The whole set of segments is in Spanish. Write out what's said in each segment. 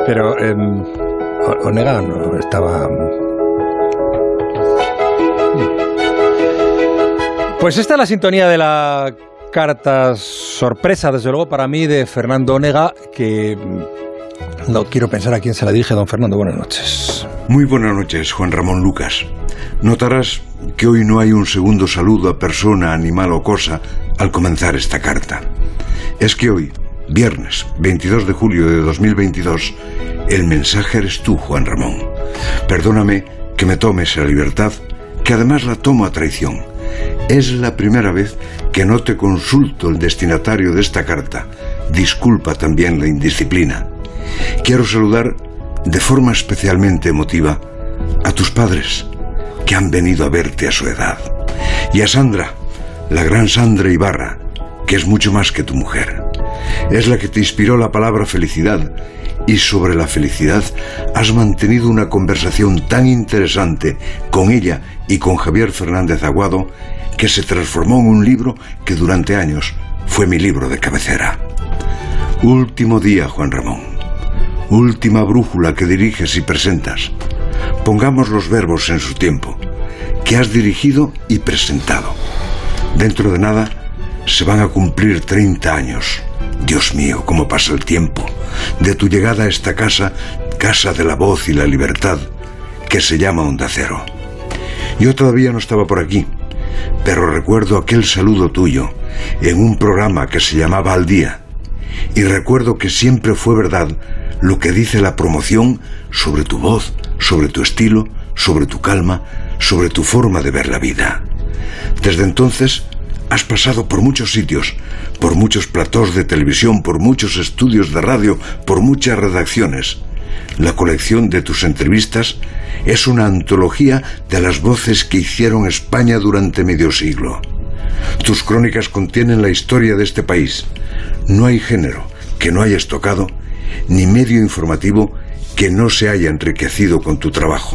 Pero Onega no estaba... Pues esta es la sintonía de la carta sorpresa, desde luego para mí, de Fernando Onega, que no quiero pensar a quién se la dirige. Don Fernando, buenas noches. Muy buenas noches, Juan Ramón Lucas. Notarás que hoy no hay un segundo saludo a persona, animal o cosa al comenzar esta carta. Es que hoy, viernes 22 de julio de 2022, el mensaje eres tú, Juan Ramón. Perdóname que me tomes la libertad, que además la tomo a traición. Es la primera vez que no te consulto el destinatario de esta carta. Disculpa también la indisciplina. Quiero saludar de forma especialmente emotiva a tus padres, que han venido a verte a su edad, y a Sandra, la gran Sandra Ibarra, que es mucho más que tu mujer. Es la que te inspiró la palabra felicidad, y sobre la felicidad has mantenido una conversación tan interesante con ella y con Javier Fernández Aguado, que se transformó en un libro que durante años fue mi libro de cabecera. Último día, Juan Ramón. Última brújula que diriges y presentas. Pongamos los verbos en su tiempo, que has dirigido y presentado. Dentro de nada se van a cumplir 30 años. Dios mío, cómo pasa el tiempo. De tu llegada a esta casa, casa de la voz y la libertad, que se llama Onda Cero. Yo todavía no estaba por aquí, pero recuerdo aquel saludo tuyo en un programa que se llamaba Al Día. Y recuerdo que siempre fue verdad lo que dice la promoción sobre tu voz, sobre tu estilo, sobre tu calma, sobre tu forma de ver la vida. Desde entonces has pasado por muchos sitios, por muchos platós de televisión, por muchos estudios de radio, por muchas redacciones. La colección de tus entrevistas es una antología de las voces que hicieron España durante medio siglo. Tus crónicas contienen la historia de este país. No hay género que no hayas tocado, ni medio informativo que no se haya enriquecido con tu trabajo.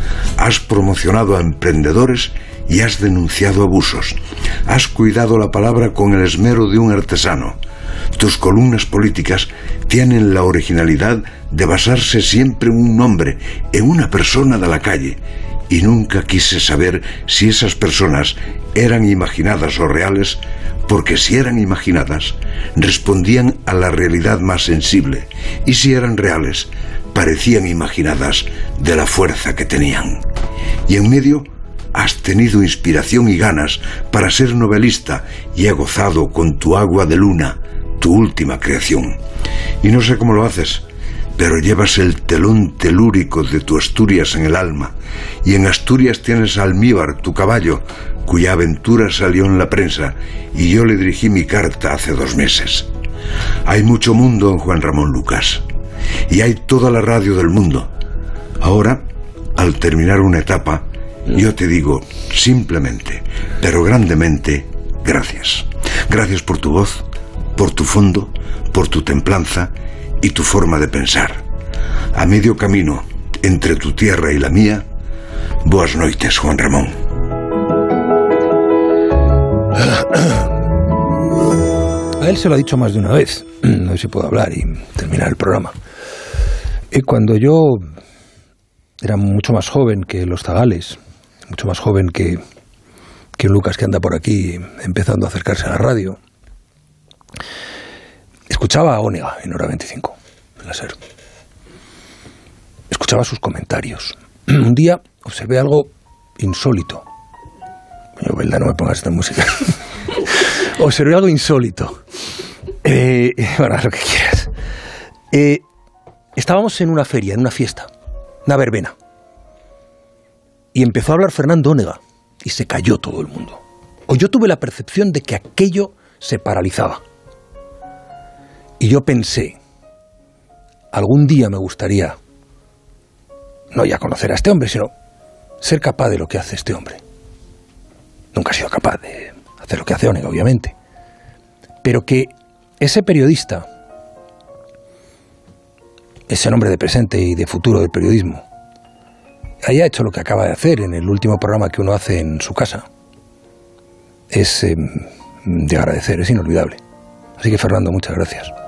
Has promocionado a emprendedores y has denunciado abusos. Has cuidado la palabra con el esmero de un artesano. Tus columnas políticas tienen la originalidad de basarse siempre en un nombre, en una persona de la calle, y nunca quise saber si esas personas eran imaginadas o reales, porque si eran imaginadas, respondían a la realidad más sensible, y si eran reales, parecían imaginadas de la fuerza que tenían. Y en medio has tenido inspiración y ganas para ser novelista, y he gozado con tu Agua de Luna, tu última creación. Y no sé cómo lo haces, pero llevas el telón telúrico de tu Asturias en el alma, y en Asturias tienes a Almíbar, tu caballo, cuya aventura salió en la prensa, y yo le dirigí mi carta hace 2 meses. Hay mucho mundo en Juan Ramón Lucas, y hay toda la radio del mundo. Ahora, al terminar una etapa, yo te digo simplemente, pero grandemente, gracias. Gracias por tu voz, por tu fondo, por tu templanza y tu forma de pensar. A medio camino entre tu tierra y la mía, boas noites, Juan Ramón. A él se lo ha dicho más de una vez. No sé si puedo hablar y terminar el programa. Cuando yo era mucho más joven que los zagales, mucho más joven que un Lucas que anda por aquí empezando a acercarse a la radio, escuchaba a Onega en Hora 25, en la SER. Escuchaba sus comentarios. Un día observé algo insólito. Yo, Belda, no me pongas esta música. Observé algo insólito. Bueno, haz lo que quieras. Estábamos en una feria, en una fiesta, una verbena. Y empezó a hablar Fernando Onega. Y se cayó todo el mundo. O yo tuve la percepción de que aquello se paralizaba. Y yo pensé, algún día me gustaría, no ya conocer a este hombre, sino ser capaz de lo que hace este hombre. Nunca he sido capaz de hacer lo que hace Onega, obviamente. Pero que ese periodista, ese nombre de presente y de futuro del periodismo, haya hecho lo que acaba de hacer en el último programa que uno hace en su casa, es de agradecer, es inolvidable. Así que, Fernando, muchas gracias.